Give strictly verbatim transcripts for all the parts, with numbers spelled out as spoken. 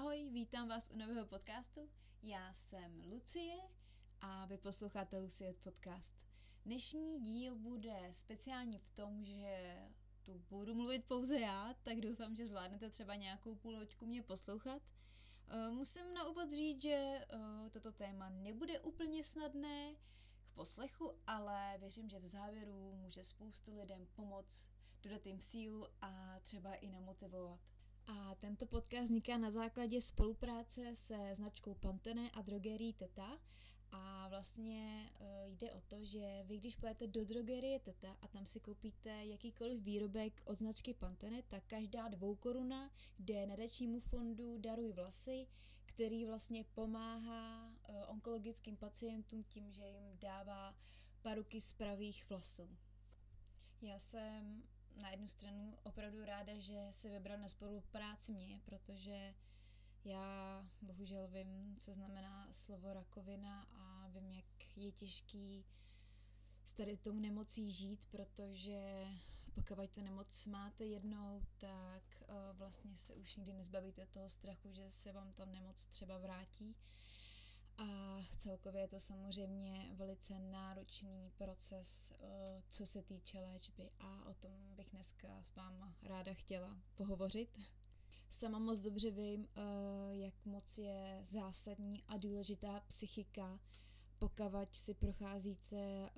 Ahoj, vítám vás u nového podcastu. Já jsem Lucie a vy posloucháte Lucie podcast. Dnešní díl bude speciální v tom, že tu budu mluvit pouze já, tak doufám, že zvládnete třeba nějakou půl hoďku mě poslouchat. Musím na úvod říct, že toto téma nebude úplně snadné k poslechu, ale věřím, že v závěru může spoustu lidem pomoct, dodat jim sílu a třeba i namotivovat. A tento podcast vzniká na základě spolupráce se značkou Pantene a drogerií Teta. A vlastně jde o to, že vy když půjdete do drogerie Teta a tam si koupíte jakýkoliv výrobek od značky Pantene, tak každá dvou koruna jde nadačnímu fondu Daruj vlasy, který vlastně pomáhá onkologickým pacientům tím, že jim dává paruky z pravých vlasů. Já jsem na jednu stranu opravdu ráda, že se vybral na spolupráci mě, protože já bohužel vím, co znamená slovo rakovina a vím, jak je těžký s tady tou nemocí žít, protože pokud tu nemoc máte jednou, tak uh, vlastně se už nikdy nezbavíte toho strachu, že se vám ta nemoc třeba vrátí. A celkově je to samozřejmě velice náročný proces, co se týče léčby, a o tom bych dneska s váma ráda chtěla pohovořit. Sama moc dobře vím, jak moc je zásadní a důležitá psychika, pokud si procházíte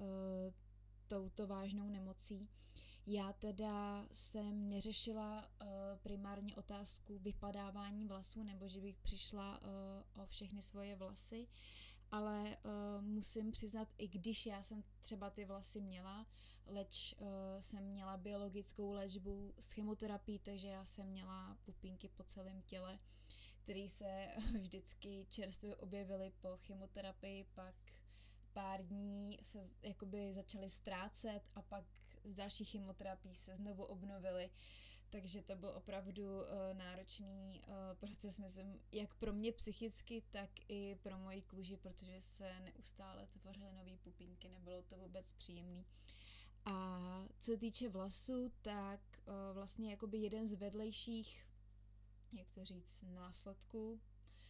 touto vážnou nemocí. Já teda jsem neřešila uh, primárně otázku vypadávání vlasů, nebo že bych přišla uh, o všechny svoje vlasy, ale uh, musím přiznat, i když já jsem třeba ty vlasy měla, leč uh, jsem měla biologickou léčbu s chemoterapií, takže já jsem měla pupínky po celém těle, které se vždycky čerstvě objevily po chemoterapii, pak pár dní se jakoby začaly ztrácet a pak z dalších chemoterapií se znovu obnovily, takže to byl opravdu uh, náročný uh, proces, myslím, jak pro mě psychicky, tak i pro moji kůži, protože se neustále tvořily nový pupínky, nebylo to vůbec příjemný. A co se týče vlasů, tak uh, vlastně jakoby jeden z vedlejších, jak to říct, následků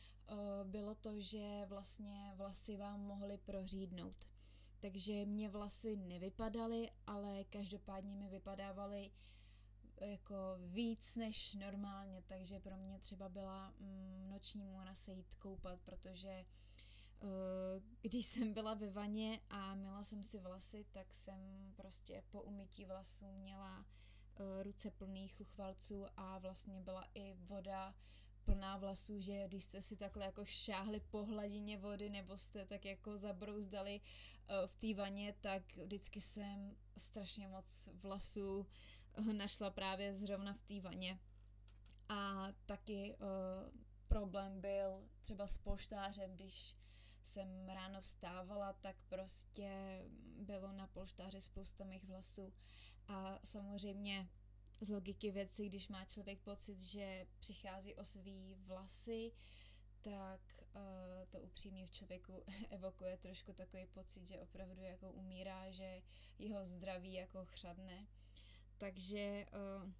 bylo to, že vlastně vlasy vám mohly prořídnout. Takže mě vlasy nevypadaly, ale každopádně mi vypadávaly jako víc než normálně, takže pro mě třeba byla mm, noční můra se jít koupat, protože uh, když jsem byla ve vaně a myla jsem si vlasy, tak jsem prostě po umytí vlasů měla uh, ruce plný chuchvalců a vlastně byla i voda plná vlasů, že když jste si takhle jako šáhli po hladině vody nebo jste tak jako zabrouzdali uh, v té vaně, tak vždycky jsem strašně moc vlasů uh, našla právě zrovna v té vaně. A taky uh, problém byl třeba s polštářem, když jsem ráno vstávala, tak prostě bylo na polštáři spousta mých vlasů a samozřejmě z logiky věci, když má člověk pocit, že přichází o svý vlasy, tak uh, to upřímně v člověku evokuje trošku takový pocit, že opravdu jako umírá, že jeho zdraví jako chřadne. Takže uh,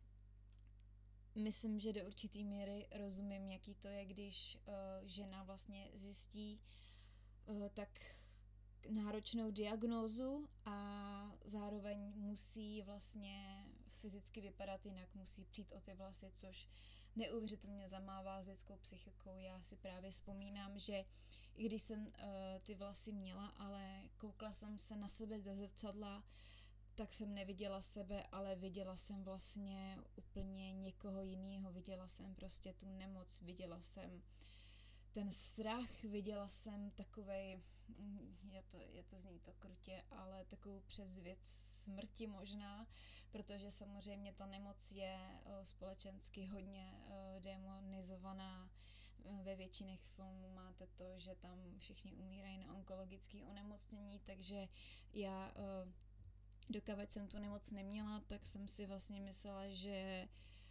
myslím, že do určitý míry rozumím, jaký to je, když uh, žena vlastně zjistí uh, tak náročnou diagnózu a zároveň musí vlastně fyzicky vypadat jinak, musí přijít o ty vlasy, což neuvěřitelně zamává s lidskou psychikou. Já si právě vzpomínám, že i když jsem uh, ty vlasy měla, ale koukla jsem se na sebe do zrcadla, tak jsem neviděla sebe, ale viděla jsem vlastně úplně někoho jiného, viděla jsem prostě tu nemoc, viděla jsem ten strach, viděla jsem takovej, je to, je to zní to krutě, ale takovou předzvěst smrti možná, protože samozřejmě ta nemoc je společensky hodně demonizovaná. Ve většině filmů máte to, že tam všichni umírají na onkologické onemocnění, takže já, dokud jsem tu nemoc neměla, tak jsem si vlastně myslela, že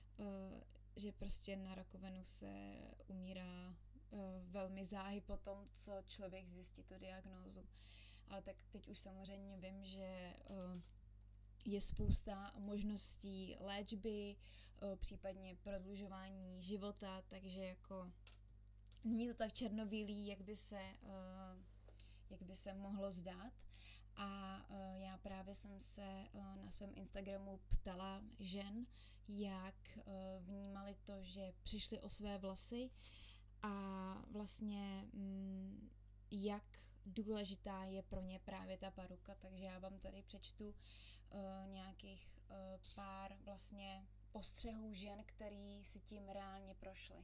že prostě na rakovinu se umírá uh, velmi záhy po tom, co člověk zjistí tu diagnózu. Ale tak teď už samozřejmě vím, že uh, je spousta možností léčby, uh, případně prodlužování života, takže jako není to tak černobílý, jak by se, uh, jak by se mohlo zdát. A uh, já právě jsem se uh, na svém Instagramu ptala žen, jak uh, vnímali to, že přišli o své vlasy a vlastně um, jak důležitá je pro ně právě ta paruka. Takže já vám tady přečtu uh, nějakých uh, pár vlastně postřehů žen, který si tím reálně prošly.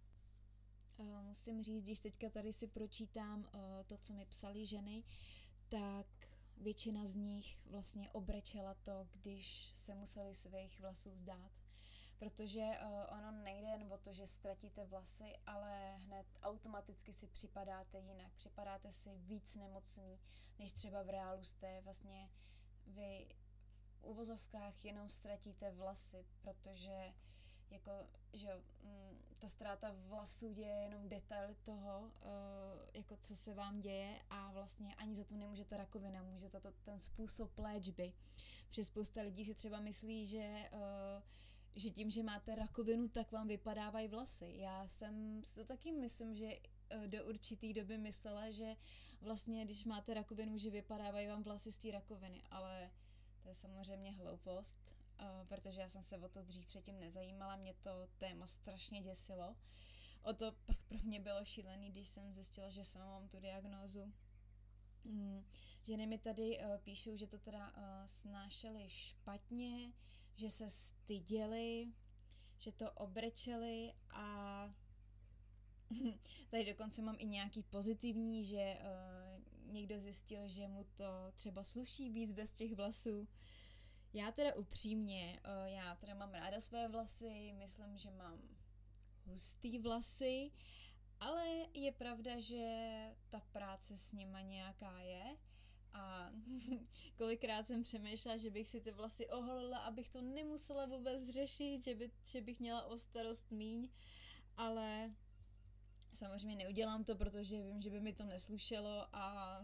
Uh, musím říct, když teďka tady si pročítám uh, to, co mi psali ženy, tak většina z nich vlastně obrečela to, když se museli svých vlasů vzdát. Protože uh, ono nejde jen o to, že ztratíte vlasy, ale hned automaticky si připadáte jinak. Připadáte si víc nemocný, než třeba v reálu jste. Vlastně vy v uvozovkách jenom ztratíte vlasy, protože jako, že m, ta ztráta vlasů je jenom detail toho, uh, jako co se vám děje a vlastně ani za to nemůžete rakovina, může za to ten způsob léčby. Protože spousta lidí si třeba myslí, že, uh, že tím, že máte rakovinu, tak vám vypadávají vlasy. Já jsem si to taky myslím, že uh, do určitý doby myslela, že vlastně, když máte rakovinu, že vypadávají vám vlasy z té rakoviny, ale to je samozřejmě hloupost. Uh, protože já jsem se o to dřív předtím nezajímala, mě to téma strašně děsilo. O to pak pro mě bylo šílený, když jsem zjistila, že sama mám tu diagnózu. Mm, ženy mi tady uh, píšou, že to teda uh, snášely špatně, že se styděly, že to obrečely a tady dokonce mám i nějaký pozitivní, že uh, někdo zjistil, že mu to třeba sluší víc bez těch vlasů. Já teda upřímně, já teda mám ráda své vlasy, myslím, že mám hustý vlasy, ale je pravda, že ta práce s nima nějaká je a kolikrát jsem přemýšlela, že bych si ty vlasy oholila, abych to nemusela vůbec řešit, že, by, že bych měla o starost míň, ale samozřejmě neudělám to, protože vím, že by mi to neslušelo a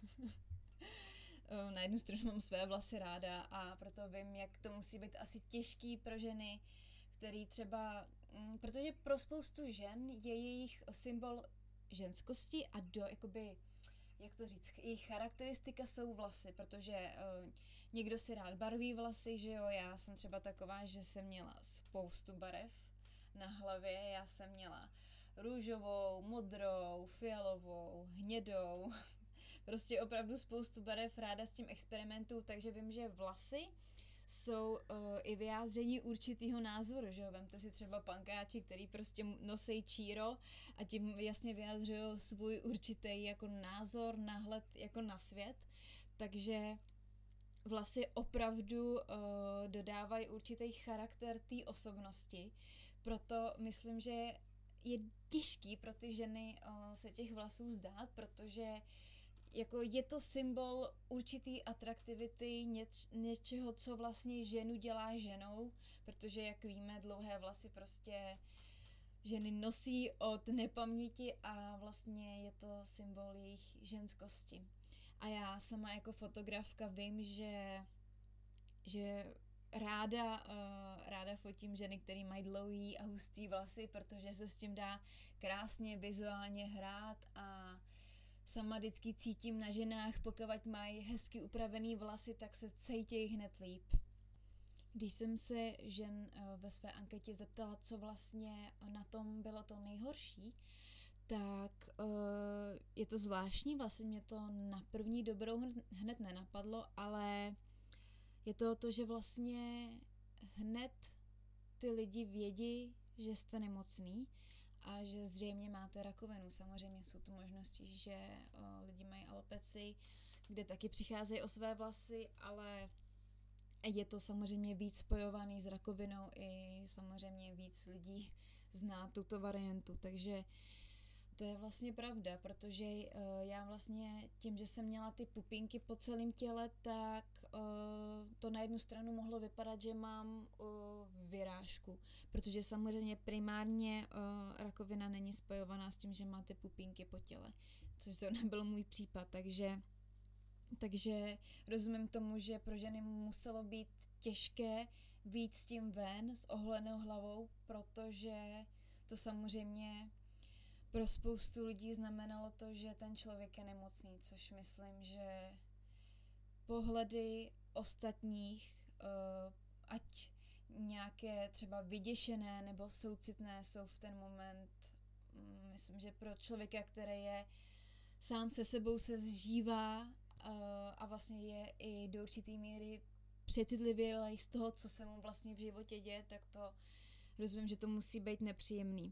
na jednu stranu mám své vlasy ráda a proto vím, jak to musí být asi těžký pro ženy, který třeba, m, protože pro spoustu žen je jejich symbol ženskosti a do, jakoby, jak to říct, jejich charakteristika jsou vlasy, protože uh, někdo si rád barví vlasy, že jo, já jsem třeba taková, že jsem měla spoustu barev na hlavě, já jsem měla růžovou, modrou, fialovou, hnědou, prostě opravdu spoustu barev, ráda s tím experimentu, takže vím, že vlasy jsou uh, i vyjádření určitýho názoru, že jo, vemte si třeba pankáči, který prostě nosej číro a tím jasně vyjádřují svůj určitý jako názor, náhled jako na svět, takže vlasy opravdu uh, dodávají určitý charakter té osobnosti, proto myslím, že je těžký pro ty ženy uh, se těch vlasů vzdát, protože jako je to symbol určitý atraktivity, něč, něčeho, co vlastně ženu dělá ženou, protože jak víme, dlouhé vlasy prostě ženy nosí od nepaměti a vlastně je to symbol jejich ženskosti. A já sama jako fotografka vím, že, že ráda, uh, ráda fotím ženy, které mají dlouhý a hustý vlasy, protože se s tím dá krásně vizuálně hrát a sama vždycky cítím na ženách, pokud mají hezky upravený vlasy, tak se cítějí hned líp. Když jsem se žen ve své anketě zeptala, co vlastně na tom bylo to nejhorší, tak uh, je to zvláštní, vlastně mě to na první dobrou hned nenapadlo, ale je to to, že vlastně hned ty lidi vědí, že jste nemocný a že zřejmě máte rakovinu. Samozřejmě jsou tu možnosti, že uh, lidi mají alopeci, kde taky přicházejí o své vlasy, ale je to samozřejmě víc spojovaný s rakovinou i samozřejmě víc lidí zná tuto variantu, takže to je vlastně pravda, protože uh, já vlastně tím, že jsem měla ty pupínky po celém těle, tak uh, to na jednu stranu mohlo vypadat, že mám uh, vyrážku, protože samozřejmě primárně uh, rakovina není spojovaná s tím, že máte pupínky po těle, což to nebyl můj případ, takže takže rozumím tomu, že pro ženy muselo být těžké vyjít s tím ven s oholenou hlavou, protože to samozřejmě pro spoustu lidí znamenalo to, že ten člověk je nemocný, což myslím, že pohledy ostatních, uh, ať nějaké třeba vyděšené nebo soucitné, jsou v ten moment, um, myslím, že pro člověka, který je sám se sebou se zžívá uh, a vlastně je i do určitý míry přecitlivělej z toho, co se mu vlastně v životě děje, tak to rozumím, že to musí být nepříjemný.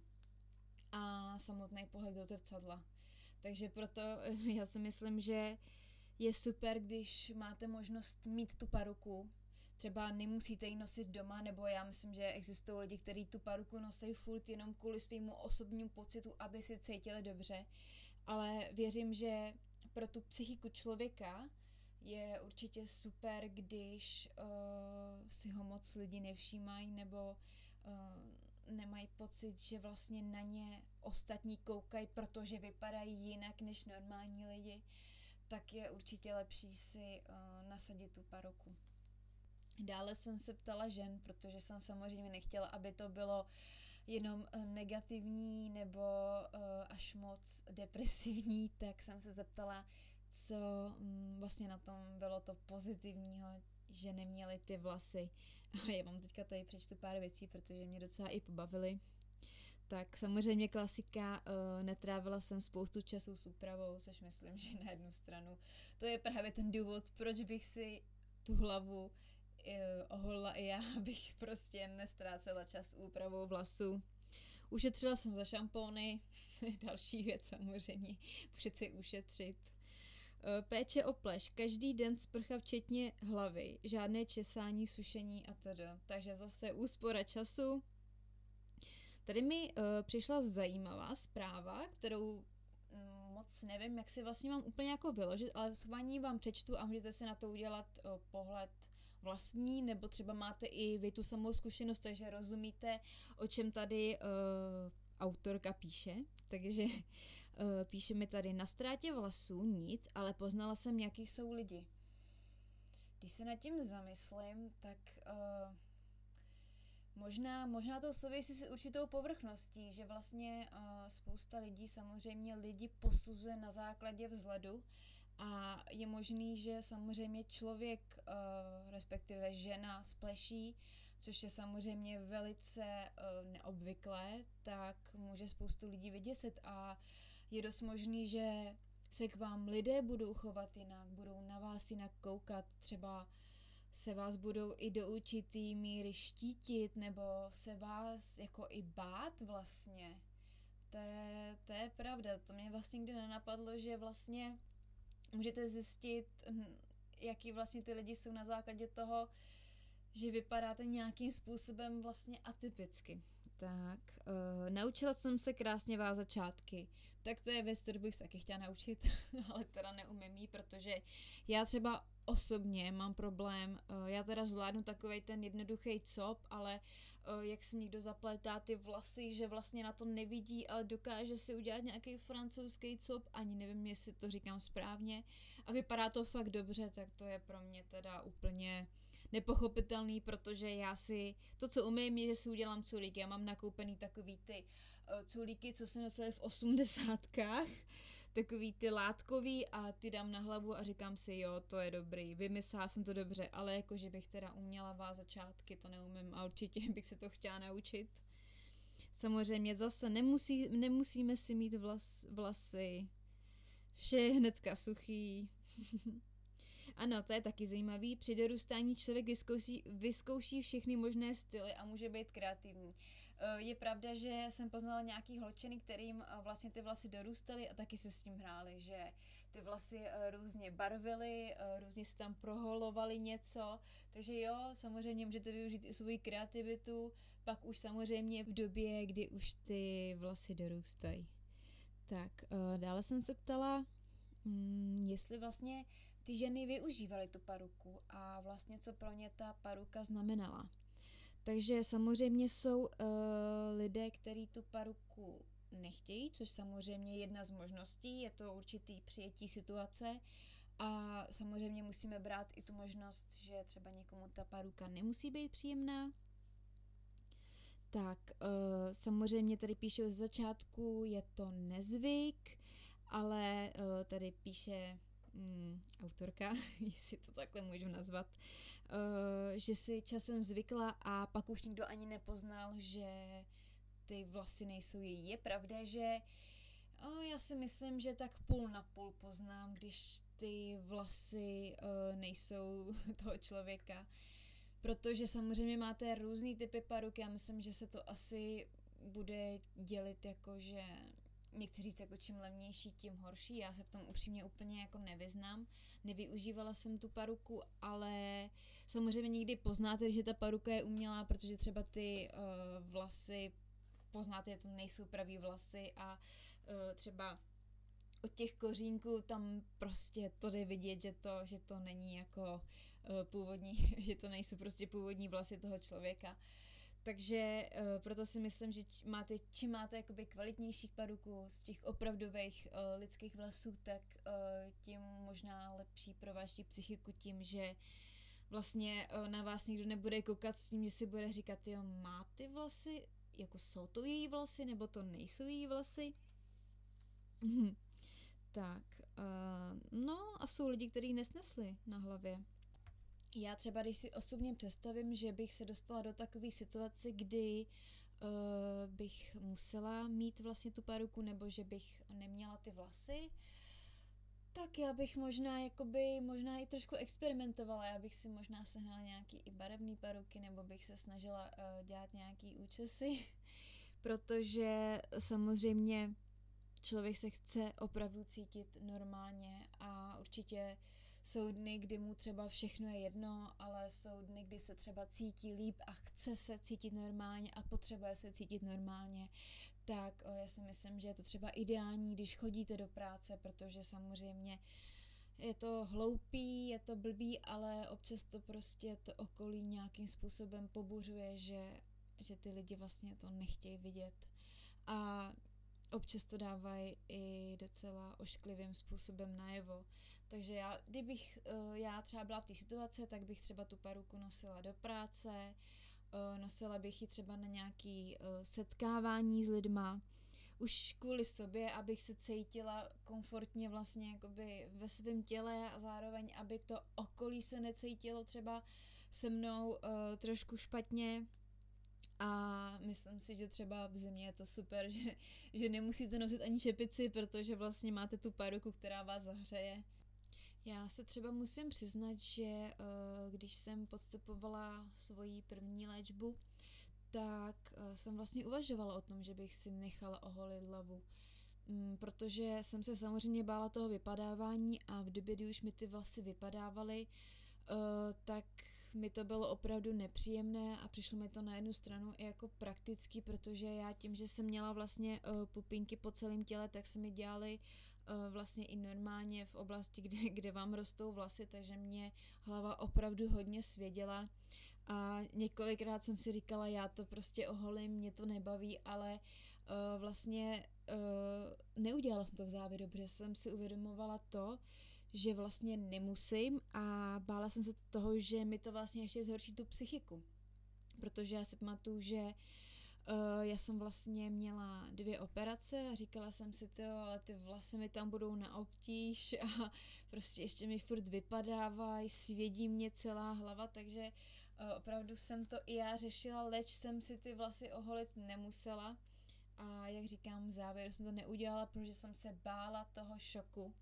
A samotný pohled do zrcadla. Takže proto já si myslím, že je super, když máte možnost mít tu paruku. Třeba nemusíte ji nosit doma, nebo já myslím, že existují lidi, kteří tu paruku nosí furt jenom kvůli svému osobnímu pocitu, aby si cítili dobře. Ale věřím, že pro tu psychiku člověka je určitě super, když uh, si ho moc lidi nevšímají, nebo uh, nemají pocit, že vlastně na ně ostatní koukají, protože vypadají jinak než normální lidi, tak je určitě lepší si uh, nasadit tu paruku. Dále jsem se ptala žen, protože jsem samozřejmě nechtěla, aby to bylo jenom negativní nebo uh, až moc depresivní, tak jsem se zeptala, co um, vlastně na tom bylo to pozitivního, že neměly ty vlasy. A já vám teďka tady přečtu pár věcí, protože mě docela i pobavily. Tak samozřejmě klasika, uh, netrávila jsem spoustu času s úpravou, což myslím, že na jednu stranu to je právě ten důvod, proč bych si tu hlavu uh, oholila i já, abych prostě nestrácela čas s úpravou vlasů. Ušetřila jsem za šampóny, to je další věc samozřejmě, přeci ušetřit. Uh, péče o pleš, každý den sprcha včetně hlavy, žádné česání, sušení a teda. Takže zase úspora času. Tady mi uh, přišla zajímavá zpráva, kterou um, moc nevím, jak si vlastně mám úplně jako vyložit, ale schválně vám přečtu a můžete si na to udělat uh, pohled vlastní, nebo třeba máte i vy tu samou zkušenost, takže rozumíte, o čem tady uh, autorka píše. Takže uh, píše mi tady, na ztrátě vlasů nic, ale poznala jsem, jaký jsou lidi. Když se nad tím zamyslím, tak... Uh, Možná, možná to souvisí s určitou povrchností, že vlastně uh, spousta lidí, samozřejmě lidi posuzuje na základě vzhledu a je možný, že samozřejmě člověk, uh, respektive žena s pleší, což je samozřejmě velice uh, neobvyklé, tak může spoustu lidí vyděsit a je dost možný, že se k vám lidé budou chovat jinak, budou na vás jinak koukat, třeba se vás budou i do určitý míry štítit, nebo se vás jako i bát vlastně. To je, to je pravda, to mě vlastně nikdy nenapadlo, že vlastně můžete zjistit, jaký vlastně ty lidi jsou na základě toho, že vypadáte nějakým způsobem vlastně atypicky. Tak, uh, naučila jsem se krásně vázat čátky. Tak to je věc, kterou bych se taky chtěla naučit, ale teda neumím jí, protože já třeba osobně mám problém, uh, já teda zvládnu takovej ten jednoduchý cop, ale uh, jak si někdo zaplétá ty vlasy, že vlastně na to nevidí, ale dokáže si udělat nějaký francouzský cop, ani nevím, jestli to říkám správně, a vypadá to fakt dobře, tak to je pro mě teda úplně nepochopitelný, protože já si, to, co umím, je, že si udělám culík. Já mám nakoupený takový ty uh, culíky, co se nosily v osmdesátkách, takový ty látkový a ty dám na hlavu a říkám si, jo, to je dobrý, vymyslela jsem to dobře, ale jakože bych teda uměla vázat čátky, to neumím a určitě bych se to chtěla naučit. Samozřejmě zase nemusí, nemusíme si mít vlas, vlasy, vše je hnedka suchý. Ano, to je taky zajímavý. Při dorůstání člověk vyzkouší, vyzkouší všechny možné styly a může být kreativní. Je pravda, že jsem poznala nějaký holčiny, kterým vlastně ty vlasy dorůstaly a taky se s tím hrály, že ty vlasy různě barvily, různě si tam proholovali něco, takže jo, samozřejmě můžete využít i svou kreativitu, pak už samozřejmě v době, kdy už ty vlasy dorůstají. Tak, dále jsem se ptala, jestli vlastně ty ženy využívaly tu paruku a vlastně co pro ně ta paruka znamenala. Takže samozřejmě jsou uh, lidé, kteří tu paruku nechtějí, což samozřejmě je jedna z možností, je to určitý přijetí situace a samozřejmě musíme brát i tu možnost, že třeba někomu ta paruka nemusí být příjemná. Tak, uh, samozřejmě tady píšu z začátku, je to nezvyk, ale uh, tady píše um, autorka, jestli to takhle můžu nazvat, uh, že si časem zvykla a pak už nikdo ani nepoznal, že ty vlasy nejsou její. Je pravda, že uh, já si myslím, že tak půl na půl poznám, když ty vlasy uh, nejsou toho člověka. Protože samozřejmě máte různý typy peruk, já myslím, že se to asi bude dělit jako, že nechci říct jako čím levnější, tím horší, já se v tom upřímně úplně jako nevyznám, nevyužívala jsem tu peruku, ale samozřejmě nikdy poznáte, že ta peruka je umělá, protože třeba ty uh, vlasy, poznáte, že to nejsou pravý vlasy a uh, třeba od těch kořínků tam prostě to jde vidět, že to, že to není jako původní, že to nejsou prostě původní vlasy toho člověka. Takže uh, proto si myslím, že máte, čím máte jakoby kvalitnějších peruků z těch opravdových uh, lidských vlasů, tak uh, tím možná lepší pro vaši psychiku tím, že vlastně uh, na vás nikdo nebude koukat s tím, že si bude říkat, jo, má ty vlasy, jako jsou to její vlasy, nebo to nejsou její vlasy. Mhm. Tak, uh, no a jsou lidi, kteří nesnesli na hlavě. Já třeba, když si osobně představím, že bych se dostala do takové situace, kdy uh, bych musela mít vlastně tu peruku, nebo že bych neměla ty vlasy, tak já bych možná jakoby, možná i trošku experimentovala, já bych si možná sehnala nějaký i barevný peruky, nebo bych se snažila uh, dělat nějaký účesy, protože samozřejmě člověk se chce opravdu cítit normálně a určitě jsou dny, kdy mu třeba všechno je jedno, ale jsou dny, kdy se třeba cítí líp a chce se cítit normálně a potřebuje se cítit normálně. Tak já si myslím, že je to třeba ideální, když chodíte do práce, protože samozřejmě je to hloupý, je to blbý, ale občas to prostě to okolí nějakým způsobem pobuřuje, že, že ty lidi vlastně to nechtějí vidět. A občas to dávají i docela ošklivým způsobem najevo. Takže já, kdybych uh, já třeba byla v té situaci, tak bych třeba tu peruku nosila do práce, uh, nosila bych ji třeba na nějaké uh, setkávání s lidma, už kvůli sobě, abych se cítila komfortně vlastně jakoby ve svém těle a zároveň, aby to okolí se necítilo třeba se mnou uh, trošku špatně. A myslím si, že třeba v zimě je to super, že, že nemusíte nosit ani čepici, protože vlastně máte tu peruku, která vás zahřeje. Já se třeba musím přiznat, že uh, když jsem podstupovala svoji první léčbu, tak uh, jsem vlastně uvažovala o tom, že bych si nechala oholit hlavu. Um, protože jsem se samozřejmě bála toho vypadávání a v době, kdy už mi ty vlasy vypadávaly, uh, tak mi to bylo opravdu nepříjemné a přišlo mi to na jednu stranu i jako praktický, protože já tím, že jsem měla vlastně uh, pupínky po celém těle, tak se mi dělaly uh, vlastně i normálně v oblasti, kde, kde vám rostou vlasy, takže mě hlava opravdu hodně svěděla a několikrát jsem si říkala, já to prostě oholím, mě to nebaví, ale uh, vlastně uh, neudělala jsem to v závěru, protože jsem si uvědomovala to, že vlastně nemusím a bála jsem se toho, že mi to vlastně ještě zhorší tu psychiku. Protože já si pamatuju, že uh, já jsem vlastně měla dvě operace a říkala jsem si to, ale ty vlasy mi tam budou na obtíž a prostě ještě mi furt vypadávají, svědí mě celá hlava, takže uh, opravdu jsem to i já řešila, leč jsem si ty vlasy oholit nemusela a jak říkám, v závěru jsem to neudělala, protože jsem se bála toho šoku.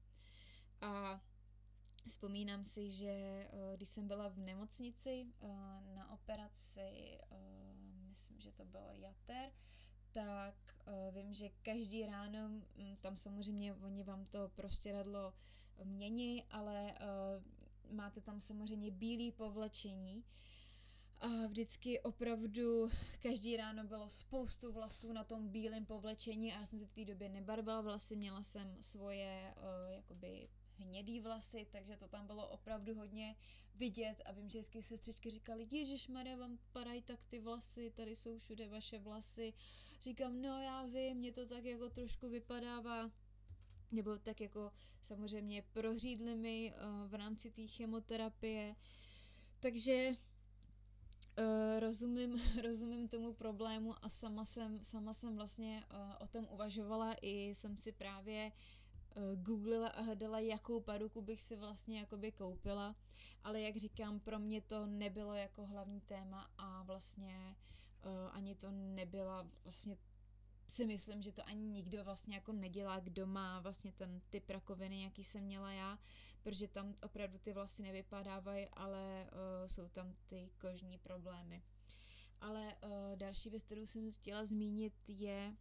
A vzpomínám si, že uh, když jsem byla v nemocnici uh, na operaci, uh, myslím, že to bylo jater, tak uh, vím, že každý ráno, m, tam samozřejmě oni vám to prostěradlo mění, ale uh, máte tam samozřejmě bílé povlečení. A vždycky opravdu každý ráno bylo spoustu vlasů na tom bílém povlečení a já jsem se v té době nebarvila vlasy, měla jsem svoje uh, jakoby hnědý vlasy, takže to tam bylo opravdu hodně vidět a vím, že vždycky sestřičky říkaly, ježišmarja, vám padají tak ty vlasy, tady jsou všude vaše vlasy. Říkám, no já vím, mě to tak jako trošku vypadává, nebo tak jako samozřejmě prořídly mi uh, v rámci té chemoterapie, takže Uh, rozumím, rozumím tomu problému a sama jsem, sama jsem vlastně uh, o tom uvažovala i jsem si právě uh, googlila a hledala, jakou paruku bych si vlastně jakoby koupila, ale jak říkám, pro mě to nebylo jako hlavní téma a vlastně uh, ani to nebyla vlastně si myslím, že to ani nikdo vlastně jako nedělá, kdo má vlastně ten typ rakoviny, jaký jsem měla já, protože tam opravdu ty vlasy nevypadávají, ale uh, jsou tam ty kožní problémy. Ale uh, další věc, kterou jsem chtěla zmínit, je,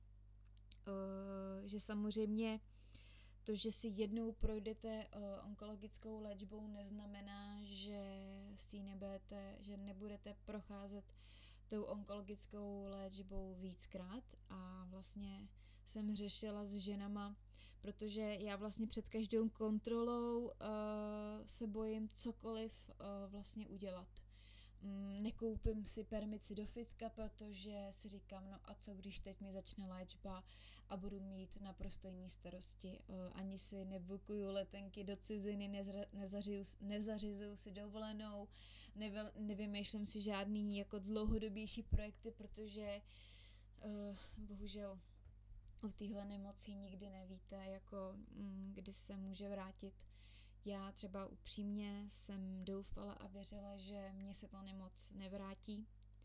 uh, že samozřejmě to, že si jednou projdete uh, onkologickou léčbou, neznamená, že si nebudete, že nebudete procházet tou onkologickou léčbou víckrát a vlastně jsem řešila s ženama, protože já vlastně před každou kontrolou uh, se bojím cokoliv uh, vlastně udělat. Mm, nekoupím si permici do fitka, protože si říkám, no a co když teď mi začne léčba a budu mít naprosto jiný starosti. Uh, ani si nebukuju letenky do ciziny, nezra, nezařizu, nezařizuju si dovolenou, Neve, nevymýšlím si žádný jako dlouhodobější projekty, protože uh, bohužel o téhle nemoci nikdy nevíte, jako mm, kdy se může vrátit. Já třeba upřímně jsem doufala a věřila, že mě se ta nemoc nevrátí,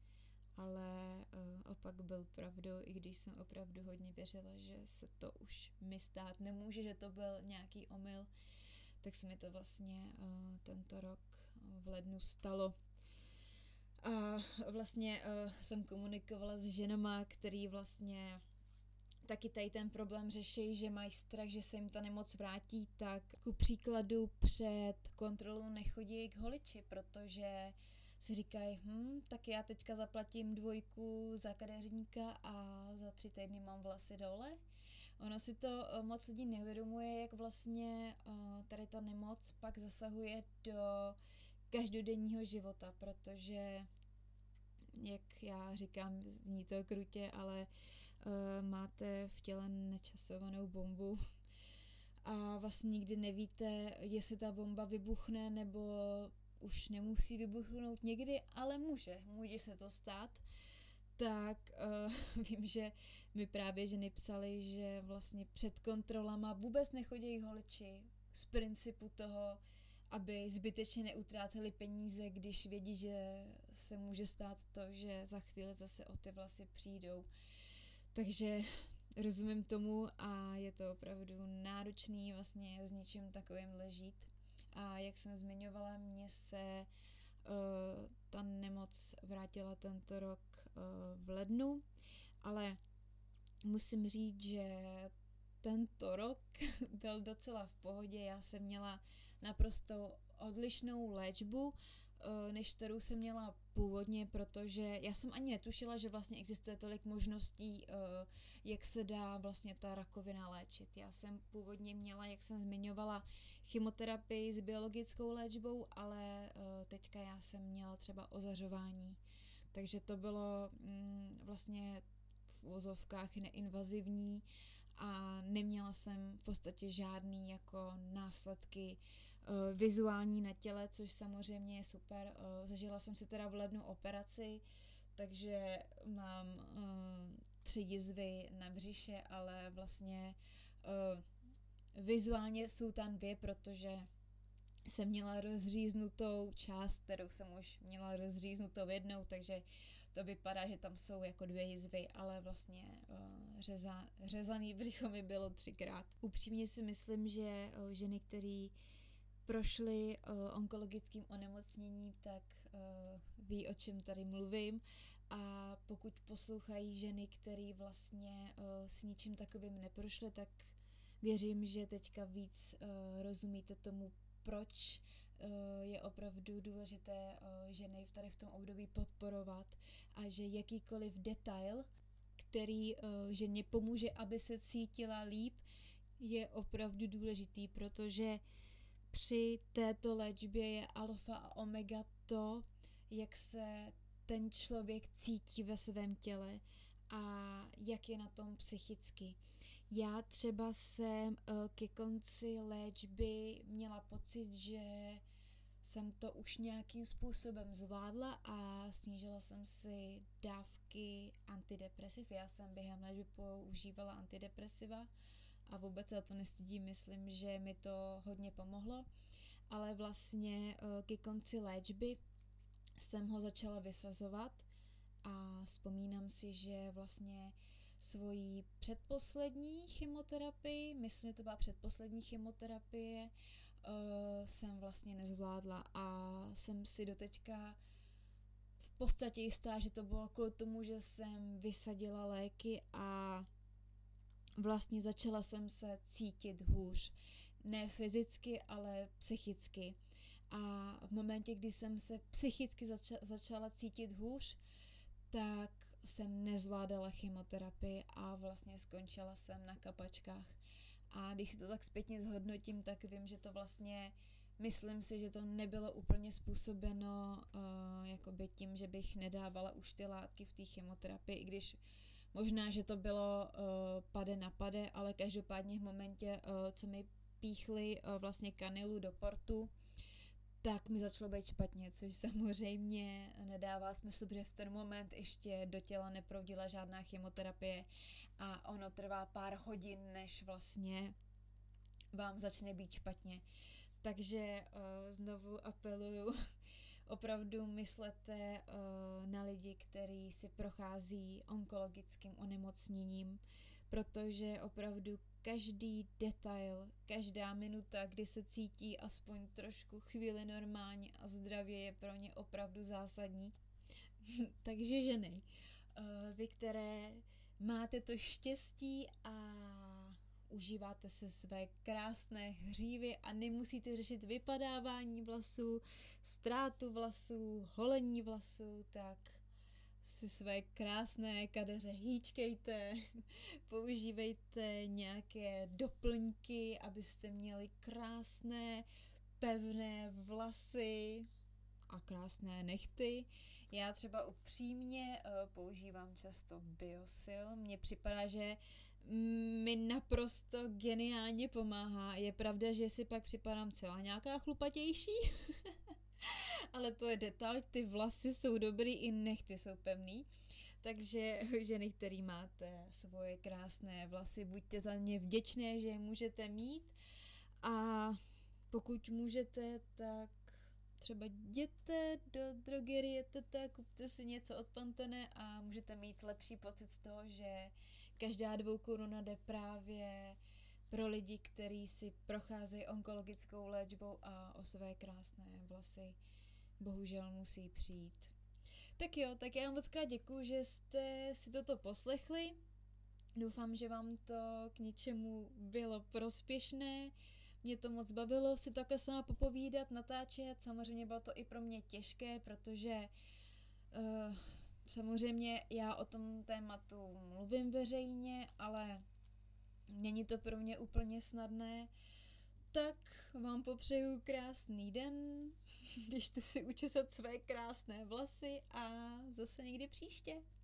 ale uh, opak byl pravdou, i když jsem opravdu hodně věřila, že se to už mi stát nemůže, že to byl nějaký omyl, tak se mi to vlastně uh, tento rok v lednu stalo. A vlastně uh, jsem komunikovala s ženama, který vlastně taky tady ten problém řeší, že mají strach, že se jim ta nemoc vrátí, tak ku příkladu před kontrolou nechodí k holiči, protože si říkají, hm, tak já teďka zaplatím dvojku za kadeřníka a za tři týdny mám vlasy dole. Ono si to uh, moc lidí neuvědomuje, jak vlastně uh, tady ta nemoc pak zasahuje do každodenního života, protože, jak já říkám, zní to krutě, ale uh, máte v těle nečasovanou bombu a vlastně nikdy nevíte, jestli ta bomba vybuchne nebo už nemusí vybuchnout někdy, ale může, může se to stát. Tak uh, vím, že mi právě ženy psaly, že vlastně před kontrolama vůbec nechodí holiči z principu toho, aby zbytečně neutráceli peníze, když vědí, že se může stát to, že za chvíli zase o ty vlasy přijdou. Takže rozumím tomu a je to opravdu náročný vlastně s něčím takovým ležít. A jak jsem zmiňovala, mně se uh, ta nemoc vrátila tento rok uh, v lednu, ale musím říct, že tento rok byl docela v pohodě. Já jsem měla naprosto odlišnou léčbu, než kterou jsem měla původně, protože já jsem ani netušila, že vlastně existuje tolik možností, jak se dá vlastně ta rakovina léčit. Já jsem původně měla, jak jsem zmiňovala, chemoterapii s biologickou léčbou, ale teďka já jsem měla třeba ozařování. Takže to bylo mm, vlastně v uvozovkách neinvazivní a neměla jsem v podstatě žádný jako následky uh, vizuální na těle, což samozřejmě je super. Uh, zažila jsem si teda v lednu operaci, takže mám uh, tři jizvy na břiše, ale vlastně uh, vizuálně jsou tam dvě, protože jsem měla rozříznutou část, kterou jsem už měla rozříznutou jednou, takže to vypadá, že tam jsou jako dvě jizvy, ale vlastně uh, řeza, řezaný břicho mi bylo třikrát. Upřímně si myslím, že uh, ženy, které prošly uh, onkologickým onemocněním, tak uh, ví, o čem tady mluvím. A pokud poslouchají ženy, které vlastně uh, s ničím takovým neprošly, tak věřím, že teďka víc uh, rozumíte tomu, proč je opravdu důležité ženy tady v tom období podporovat a že jakýkoliv detail, který ženě pomůže, aby se cítila líp, je opravdu důležitý, protože při této léčbě je alfa a omega to, jak se ten člověk cítí ve svém těle a jak je na tom psychicky. Já třeba jsem ke konci léčby měla pocit, že jsem to už nějakým způsobem zvládla a snížila jsem si dávky antidepresiv. Já jsem během léčby používala antidepresiva a vůbec se to nestydím, myslím, že mi to hodně pomohlo, ale vlastně ke konci léčby jsem ho začala vysazovat a vzpomínám si, že vlastně svoji předposlední chemoterapii, myslím, že to byla předposlední chemoterapie, uh, jsem vlastně nezvládla a jsem si doteďka v podstatě jistá, že to bylo kvůli tomu, že jsem vysadila léky a vlastně začala jsem se cítit hůř. Ne fyzicky, ale psychicky. A v momentě, kdy jsem se psychicky zača- začala cítit hůř, tak jsem nezvládala chemoterapii a vlastně skončila jsem na kapačkách. A když si to tak zpětně zhodnotím, tak vím, že to vlastně, myslím si, že to nebylo úplně způsobeno uh, jakoby tím, že bych nedávala už ty látky v té chemoterapii, i když možná, že to bylo uh, pade na pade, ale každopádně v momentě, uh, co mi píchli uh, vlastně kanilu do portu, tak mi začalo být špatně, což samozřejmě nedává smysl, protože v ten moment ještě do těla neproudila žádná chemoterapie a ono trvá pár hodin, než vlastně vám začne být špatně. Takže uh, znovu apeluju, opravdu myslete uh, na lidi, kteří si prochází onkologickým onemocněním, protože opravdu každý detail, každá minuta, kdy se cítí aspoň trošku chvíli normálně a zdravě, je pro ně opravdu zásadní. Takže ženy, vy, které máte to štěstí a užíváte se své krásné hřívy a nemusíte řešit vypadávání vlasů, ztrátu vlasů, holení vlasů, tak si své krásné kadeře hýčkejte, používejte nějaké doplňky, abyste měli krásné, pevné vlasy a krásné nehty. Já třeba upřímně uh, používám často Biosil. Mně připadá, že mi naprosto geniálně pomáhá. Je pravda, že si pak připadám celá nějaká chlupatější, ale to je detail, ty vlasy jsou dobrý, i nehty jsou pevný. Takže ženy, který máte svoje krásné vlasy, buďte za ně vděčné, že je můžete mít a pokud můžete, tak třeba jděte do drogerie Teta, kupte si něco od Pantene a můžete mít lepší pocit z toho, že každá dvou koruna jde právě pro lidi, kteří si procházejí onkologickou léčbou a o své krásné vlasy bohužel musí přijít. Tak jo, tak já vám moc krát děkuju, že jste si toto poslechli. Doufám, že vám to k něčemu bylo prospěšné. Mě to moc bavilo si takhle s váma popovídat, natáčet. Samozřejmě bylo to i pro mě těžké, protože uh, samozřejmě já o tom tématu mluvím veřejně, ale není to pro mě úplně snadné. Tak vám popřeju krásný den, běžte si učesat své krásné vlasy a zase někdy příště.